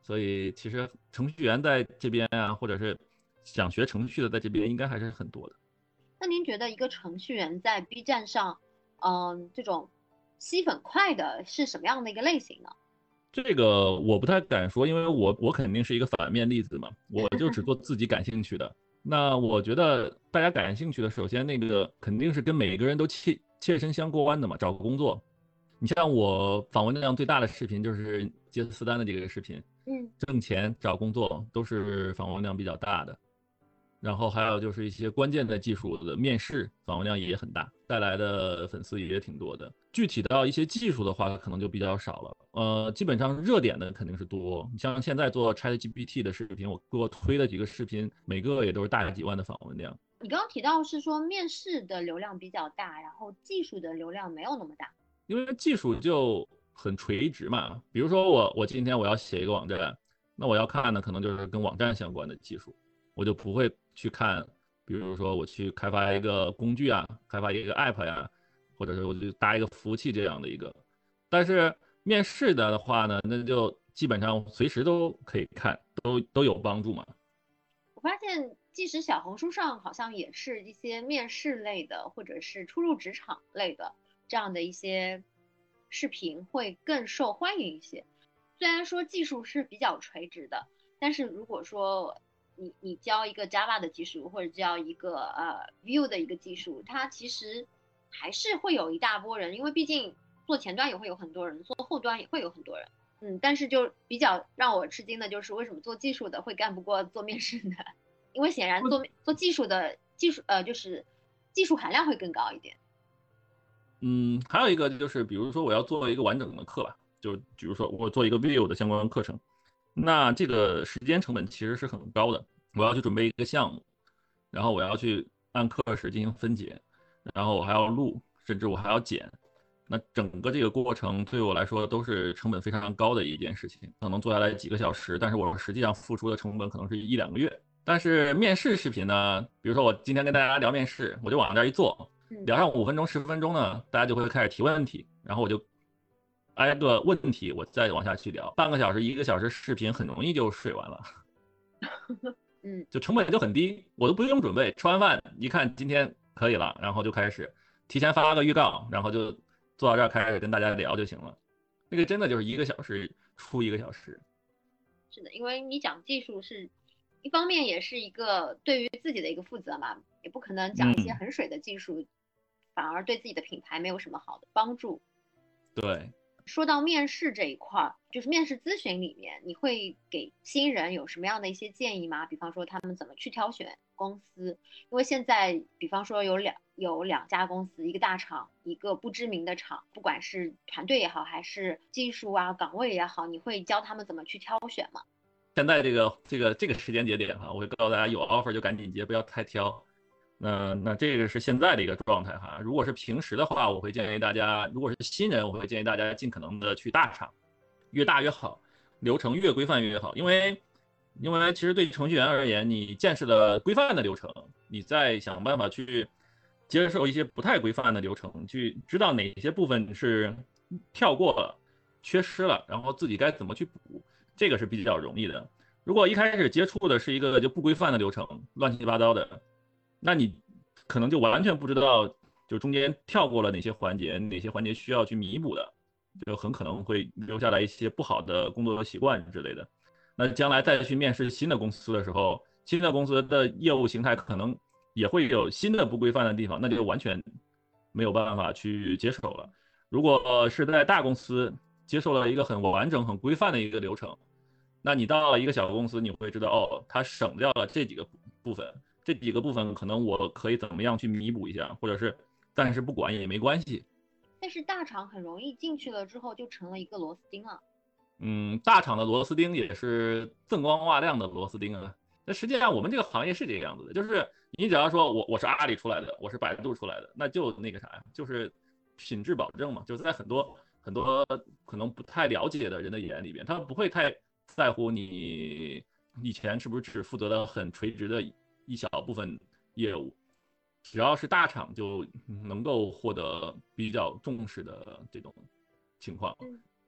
所以其实程序员在这边啊，或者是想学程序的在这边应该还是很多的。 那您觉得一个程序员在 B 站上，嗯，这种吸粉快的是什么样的一个类型呢？ 这个我不太敢说，因为我我肯定是一个反面例子嘛，我就只做自己感兴趣的。那我觉得大家感兴趣的，首先那个肯定是跟每个人都切切身相关的嘛，找工作。你像我访问量最大的视频就是接私单的这个视频， 嗯， 挣钱找工作都是访问量比较大的。然后还有就是一些关键的技术的面试，访问量也很大，带来的粉丝也挺多的。具体到一些技术的话，可能就比较少了。呃，基本上热点的肯定是多。你像现在做 ChatGPT 的视频，我给我推的几个视频，每个也都是大几万的访问量。 你刚刚提到是说面试的流量比较大，然后技术的流量没有那么大。 因为技术就很垂直嘛。比如说我我今天我要写一个网站，那我要看的可能就是跟网站相关的技术，我就不会去看，比如说我去开发一个工具啊，开发一个 app 呀，或者是我就搭一个服务器这样的一个。但是面试的话呢，那就基本上随时都可以看，都都有帮助嘛。 我发现，即使小红书上好像也是一些面试类的，或者是初入职场类的这样的一些视频会更受欢迎一些。虽然说技术是比较垂直的，但是如果说你你教一个 Java 的技术，或者教一个呃 Vue 的一个技术，它其实还是会有一大波人，因为毕竟做前端也会有很多人，做后端也会有很多人。嗯，但是就比较让我吃惊的就是为什么做技术的会干不过做面试的，因为显然做做技术的技术呃就是技术含量会更高一点。 嗯，还有一个就是，比如说我要做一个完整的课吧，就比如说我做一个 Vue 的相关课程，那这个时间成本其实是很高的。我要去准备一个项目，然后我要去按课时进行分解，然后我还要录，甚至我还要剪。那整个这个过程对我来说都是成本非常高的一件事情，可能做下来几个小时，但是我实际上付出的成本可能是一两个月。但是面试视频呢，比如说我今天跟大家聊面试，我就往这儿一坐， 嗯， 聊上五分钟十分钟呢，大家就会开始提问题，然后我就挨个问题我再往下去聊，半个小时一个小时视频很容易就水完了。 嗯， 就成本就很低，我都不用准备，吃完饭一看今天可以了，然后就开始提前发个预告，然后就坐到这儿开始跟大家聊就行了。那个真的就是一个小时出一个小时。 是的，因为你讲技术是一方面也是一个对于自己的一个负责嘛，也不可能讲一些嗯， 很水的技术，反而对自己的品牌没有什么好的帮助。 对。 说到面试这一块儿，就是面试咨询里面，你会给新人有什么样的一些建议吗？比方说他们怎么去挑选公司？因为现在，比方说有两有两家公司，一个大厂，一个不知名的厂，不管是团队也好，还是技术啊岗位也好，你会教他们怎么去挑选吗？ 现在这个这个这个时间节点哈，我会告诉大家有 offer 就赶紧接，不要太挑。那那这个是现在的一个状态哈。如果是平时的话，我会建议大家，如果是新人，我会建议大家尽可能的去大厂，越大越好，流程越规范越好。因为因为其实对程序员而言，你见识了规范的流程，你再想办法去接受一些不太规范的流程，去知道哪些部分是跳过了、缺失了，然后自己该怎么去补，这个是比较容易的。如果一开始接触的是一个就不规范的流程，乱七八糟的，那你可能就完全不知道，就中间跳过了哪些环节，哪些环节需要去弥补的，就很可能会留下来一些不好的工作习惯之类的。那将来再去面试新的公司的时候，新的公司的业务形态可能也会有新的不规范的地方，那就完全没有办法去接受了。如果是在大公司接受了一个很完整、很规范的一个流程，那你到了一个小公司，你会知道哦，它省掉了这几个部分，这几个部分可能我可以怎么样去弥补一下，或者是暂时不管也没关系。 但是大厂很容易进去了之后就成了一个螺丝钉了。 嗯，大厂的螺丝钉也是锃光瓦亮的螺丝钉啊。那实际上我们这个行业是这个样子的，就是你只要说我我是阿里出来的，我是百度出来的，那就那个啥呀，就是品质保证嘛。就是在很多很多可能不太了解的人的眼里边，他不会太在乎你以前是不是只负责了很垂直的一小部分业务，只要是大厂就能够获得比较重视的这种情况。 嗯，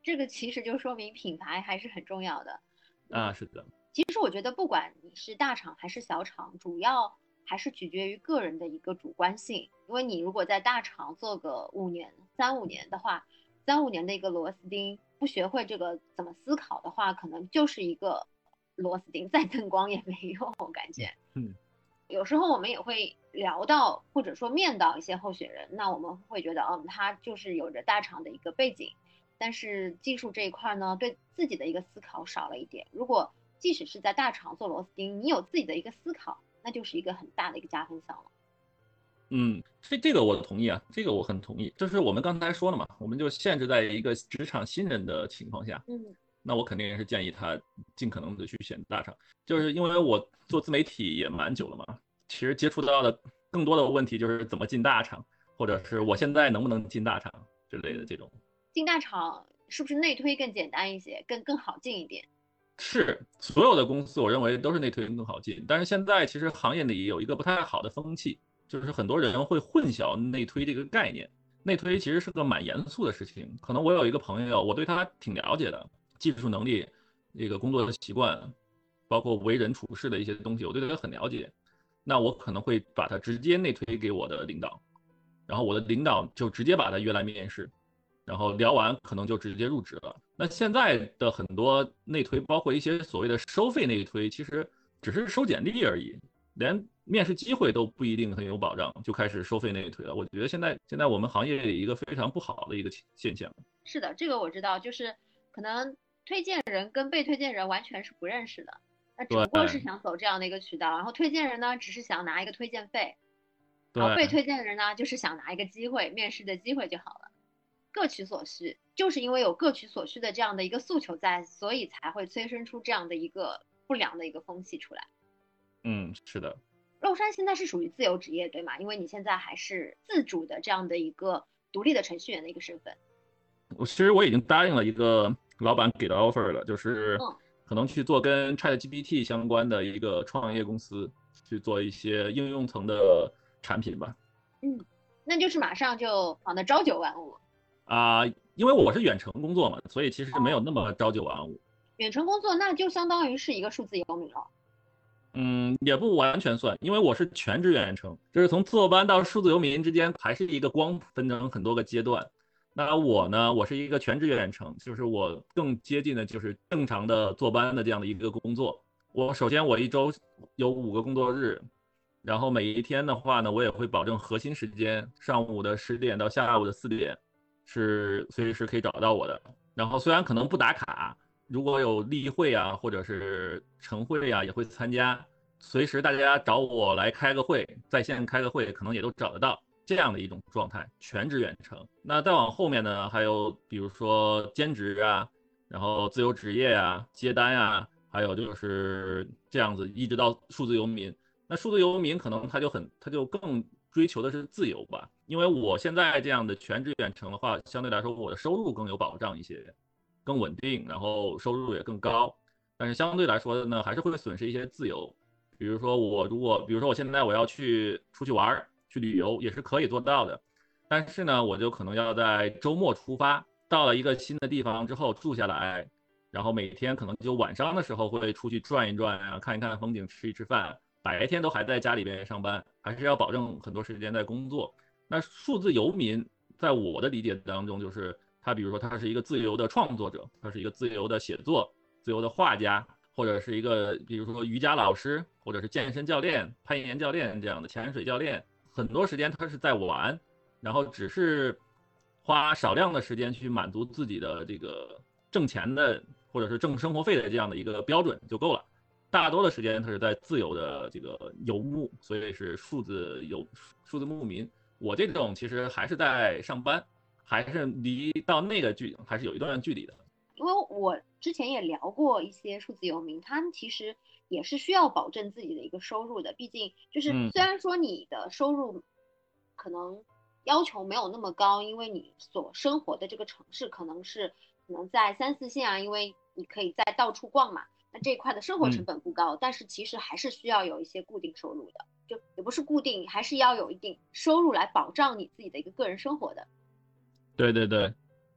这个其实就说明品牌还是很重要的。 啊，是的。 其实我觉得不管你是大厂还是小厂，主要还是取决于个人的一个主观性。因为你如果在大厂做个五年、三五年的话，三五年的一个螺丝钉，不学会这个怎么思考的话，可能就是一个螺丝钉，再增光也没用，我感觉。 嗯， 有时候我们也会聊到，或者说面到一些候选人，那我们会觉得，嗯，他就是有着大厂的一个背景，但是技术这一块呢，对自己的一个思考少了一点。如果即使是在大厂做螺丝钉，你有自己的一个思考，那就是一个很大的一个加分项了。 嗯，这这个我同意啊，这个我很同意。就是我们刚才说了嘛，我们就限制在一个职场新人的情况下， 嗯， 那我肯定也是建议他尽可能的去选大厂，就是因为我做自媒体也蛮久了嘛，其实接触到的更多的问题就是怎么进大厂，或者是我现在能不能进大厂之类的这种。 进大厂是不是内推更简单一些，更更好进一点？ 是所有的公司，我认为都是内推更好进，但是现在其实行业里有一个不太好的风气，就是很多人会混淆内推这个概念。内推其实是个蛮严肃的事情，可能我有一个朋友，我对他挺了解的，技术能力、这个工作的习惯，包括为人处事的一些东西，我对他很了解。那我可能会把他直接内推给我的领导，然后我的领导就直接把他约来面试，然后聊完可能就直接入职了。那现在的很多内推，包括一些所谓的收费内推，其实只是收简历而已，连面试机会都不一定很有保障，就开始收费内推了。我觉得现在现在我们行业里一个非常不好的一个现象。 是的，这个我知道，就是可能推荐人跟被推荐人完全是不认识的，那只不过是对想走这样的一个渠道，然后推荐人呢只是想拿一个推荐费，然后被对， 推荐的人呢就是想拿一个机会，面试的机会就好了，各取所需。就是因为有各取所需的这样的一个诉求在，所以才会催生出这样的一个不良的一个风气出来。 嗯，是的。 肉山现在是属于自由职业，对吗？因为你现在还是自主的这样的一个独立的程序员的一个身份。 我其实我已经答应了一个老板给的 offer 了，就是嗯可能去做跟 ChatGPT 相关的一个创业公司，去做一些应用层的产品吧。 嗯，那就是马上就忙得朝九晚五。 啊、因为我是远程工作嘛，所以其实没有那么朝九晚五。 远程工作那就相当于是一个数字游民了。 嗯，也不完全算，因为我是全职远程，就是从自由班到数字游民之间还是一个光谱分成很多个阶段。那我呢，我是一个全职远程，就是我更接近的就是正常的坐班的这样的一个工作。我首先我一周有五个工作日，然后每一天的话呢，我也会保证核心时间，上午的十点到下午的四点是随时可以找到我的。然后虽然可能不打卡，如果有例会啊，或者是晨会啊，也会参加。随时大家找我来开个会，在线开个会，可能也都找得到这样的一种状态，全职远程。那再往后面呢，还有比如说兼职啊，然后自由职业啊，接单啊，还有就是这样子，一直到数字游民。那数字游民可能他就很，他就更追求的是自由吧，因为我现在这样的全职远程的话，相对来说我的收入更有保障一些，更稳定，然后收入也更高。但是相对来说呢，还是会损失一些自由。比如说我如果，比如说我现在我要去出去玩去旅游，也是可以做到的。但是呢，我就可能要在周末出发，到了一个新的地方之后住下来，然后每天可能就晚上的时候会出去转一转啊，看一看风景，吃一吃饭。白天都还在家里边上班，还是要保证很多时间在工作。那数字游民在我的理解当中，就是他，比如说他是一个自由的创作者，他是一个自由的写作、自由的画家，或者是一个比如说瑜伽老师，或者是健身教练、攀岩教练这样的潜水教练，很多时间他是在玩，然后只是花少量的时间去满足自己的这个挣钱的或者是挣生活费的这样的一个标准就够了。大多的时间他是在自由的这个游牧，所以是数字游数字牧民。我这种其实还是在上班，还是离到那个距还是有一段距离的。 因为我之前也聊过一些数字游民，他们其实也是需要保证自己的一个收入的。毕竟就是嗯虽然说你的收入可能要求没有那么高，因为你所生活的这个城市可能是可能在三四线啊，因为你可以在到处逛嘛，那这一块的生活成本不高，但是其实还是需要有一些固定收入的，就也不是固定，还是要有一定收入来保障你自己的一个个人生活的。 对对对。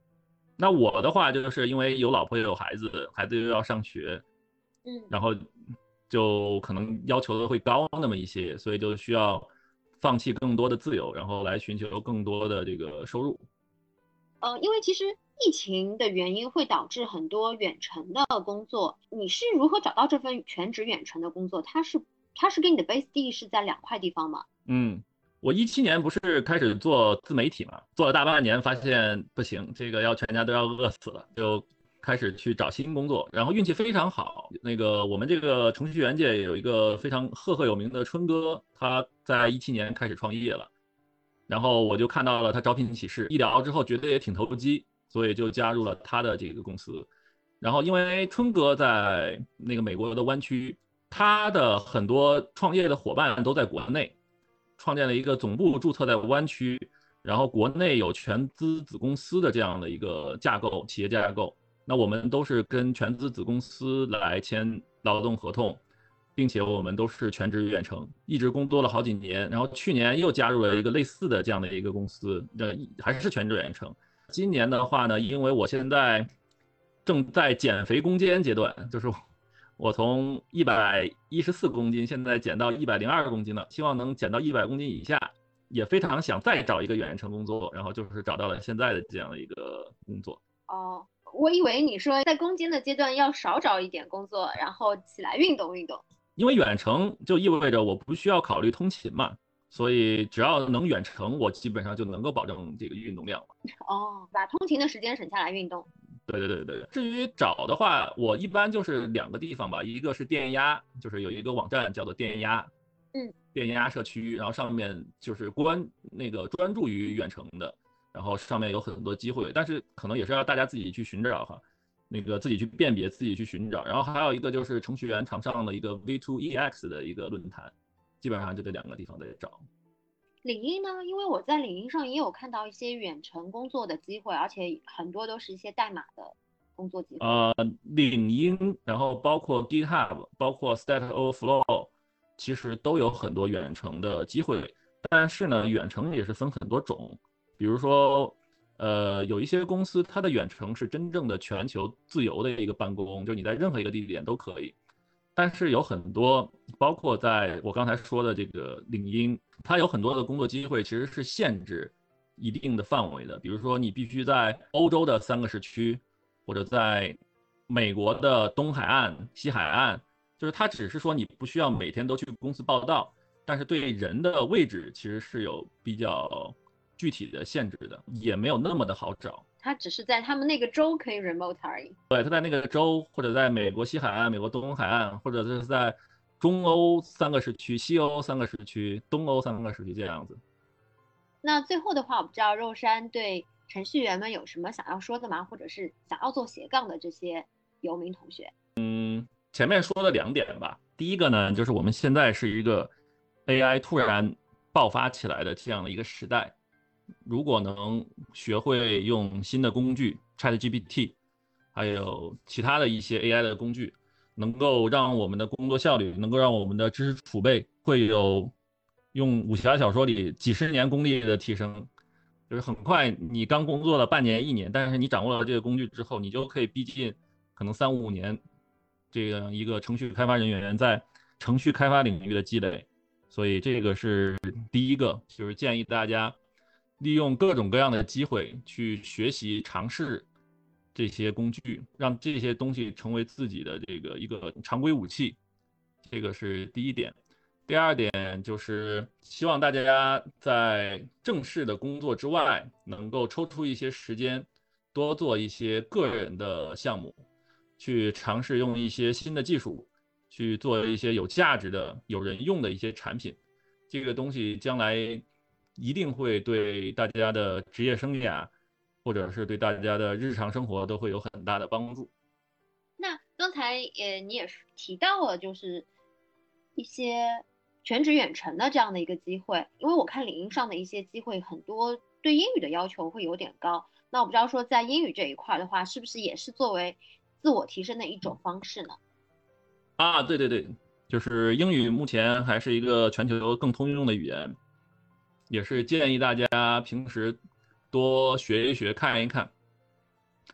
那我的话就是因为有老婆也有孩子，孩子又要上学， 嗯， 然后就可能要求的会高那么一些，所以就需要放弃更多的自由，然后来寻求更多的这个收入。 呃，因为其实疫情的原因会导致很多远程的工作，你是如何找到这份全职远程的工作？它是它是跟你的 base 地是在两块地方吗？ 嗯，我一七年不是开始做自媒体嘛，做了大半年，发现不行，这个要全家都要饿死了，就开始去找新工作。然后运气非常好，那个我们这个程序员界有一个非常赫赫有名的春哥，他在一七年开始创业了。然后我就看到了他招聘启事，一聊之后觉得也挺投机，所以就加入了他的这个公司。然后因为春哥在那个美国的湾区，他的很多创业的伙伴都在国内，创建了一个总部注册在湾区，然后国内有全资子公司的这样的一个架构，企业架构。那我们都是跟全资子公司来签劳动合同，并且我们都是全职远程，一直工作了好几年。然后去年又加入了一个类似的这样的一个公司，呃，还是全职远程。今年的话呢，因为我现在正在减肥攻坚阶段，就是我从一百一十四公斤现在减到一百零二公斤了，希望能减到一百公斤以下，也非常想再找一个远程工作，然后就是找到了现在的这样的一个工作。 哦，我以为你说在攻坚的阶段要少找一点工作，然后起来运动运动。 因为远程就意味着我不需要考虑通勤嘛，所以只要能远程，我基本上就能够保证这个运动量了。 哦，把通勤的时间省下来运动。 对对对对，至于找的话，我一般就是两个地方吧，一个是电压，就是有一个网站叫做电压， 嗯， 电压社区，然后上面就是关那个专注于远程的，然后上面有很多机会，但是可能也是要大家自己去寻找哈，那个自己去辨别，自己去寻找。然后还有一个就是程序员常上的一个 V 二 E X 的一个论坛，基本上就这两个地方在找。 领英呢？因为我在领英上也有看到一些远程工作的机会，而且很多都是一些代码的工作机会。 呃，领英，然后包括 GitHub，包括 Stack Overflow，其实都有很多远程的机会。但是呢，远程也是分很多种，比如说，呃，有一些公司它的远程是真正的全球自由的一个办公，就你在任何一个地点都可以。但是有很多，包括在我刚才说的这个领英，它有很多的工作机会其实是限制一定的范围的，比如说你必须在欧洲的三个时区，或者在美国的东海岸、西海岸，就是它只是说你不需要每天都去公司报到，但是对人的位置其实是有比较具体的限制的，也没有那么的好找。 它只是在他们那个州可以 remote 而已。 对，他在那个州，或者在美国西海岸、美国东海岸，或者是在中欧三个时区、西欧三个时区、东欧三个时区这样子。 那最后的话，我不知道肉山对程序员们有什么想要说的吗？或者是想要做斜杠的这些游民同学？ 前面说的两点吧，第一个呢，就是我们现在是一个 A I 突然爆发起来的这样的一个时代，如果能学会用新的工具 ChatGPT，还有其他的一些 A I 的工具，能够让我们的工作效率，能够让我们的知识储备会有用武侠小说里几十年功力的提升。就是很快，你刚工作了半年一年，但是你掌握了这个工具之后，你就可以逼近可能三五年这样一个程序开发人员在程序开发领域的积累。所以这个是第一个，就是建议大家利用各种各样的机会去学习、尝试这些工具，让这些东西成为自己的这个一个常规武器。这个是第一点。第二点就是希望大家在正式的工作之外，能够抽出一些时间，多做一些个人的项目，去尝试用一些新的技术，去做一些有价值的、有人用的一些产品。这个东西将来一定会对大家的职业生涯，或者是对大家的日常生活都会有很大的帮助。 那刚才呃你也是提到了，就是一些全职远程的这样的一个机会，因为我看领英上的一些机会很多对英语的要求会有点高，那我不知道说在英语这一块的话，是不是也是作为自我提升的一种方式呢？ 啊，对对对，就是英语目前还是一个全球更通用的语言，也是建议大家平时多学一学、看一看。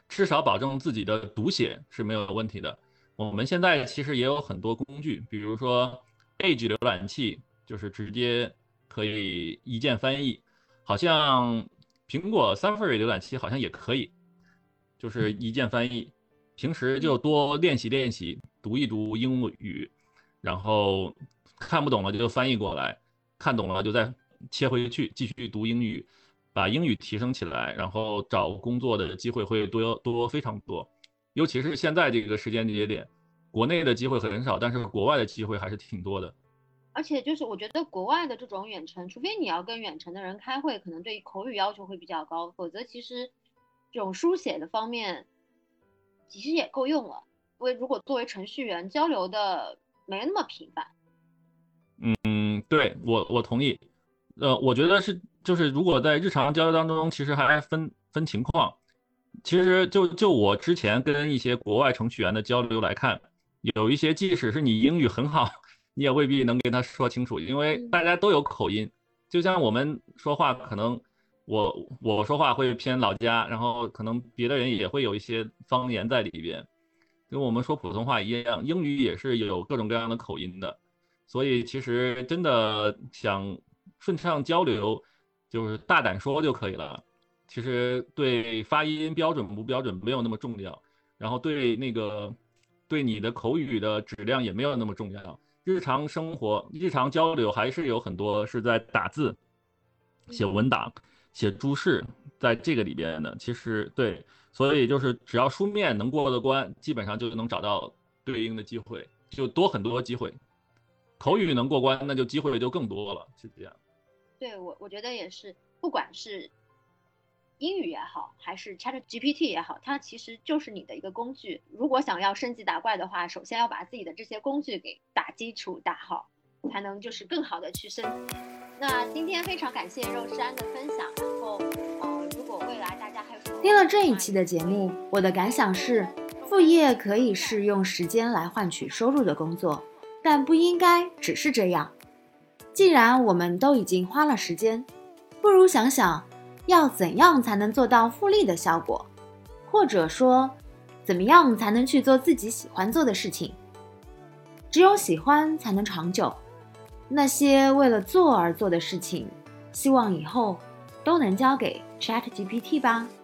至少保证自己的读写是没有问题的。我们现在其实也有很多工具，比如说 Edge 浏览器，就是直接可以一键翻译，好像苹果 Safari 浏览器好像也可以，就是一键翻译。平时就多练习练习，读一读英语，然后看不懂了就翻译过来，看懂了就再切回去继续读英语，把英语提升起来，然后找工作的机会会多多非常多。尤其是现在这个时间节点，国内的机会很少，但是国外的机会还是挺多的。 而且就是我觉得国外的这种远程，除非你要跟远程的人开会，可能对口语要求会比较高，否则其实这种书写的方面其实也够用了。因为如果作为程序员交流的没那么频繁。 嗯，对，我我同意。呃，我觉得是就是如果在日常交流当中，其实还分分情况。其实就就我之前跟一些国外程序员的交流来看，有一些即使是你英语很好，你也未必能跟他说清楚，因为大家都有口音。就像我们说话，可能我我说话会偏老家，然后可能别的人也会有一些方言在里边，跟我们说普通话一样，英语也是有各种各样的口音的。所以其实真的想顺畅交流，就是大胆说就可以了。其实对发音标准不标准没有那么重要，然后对那个对你的口语的质量也没有那么重要。日常生活、日常交流还是有很多是在打字、写文档、写注释，在这个里边的。其实对，所以就是只要书面能过得关，基本上就能找到对应的机会，就多很多机会。口语能过关，那就机会就更多了，是这样。 对，我我觉得也是，不管是英语也好，还是 ChatGPT 也好，它其实就是你的一个工具。如果想要升级打怪的话，首先要把自己的这些工具给打基础打好，才能就是更好的去升级。那今天非常感谢肉山的分享，然后呃，如果未来大家还有什么听了这一期的节目，我的感想是，副业可以是用时间来换取收入的工作，但不应该只是这样。既然我们都已经花了时间，不如想想要怎样才能做到复利的效果，或者说怎么样才能去做自己喜欢做的事情。只有喜欢才能长久，那些为了做而做的事情，希望以后都能交给 ChatGPT 吧。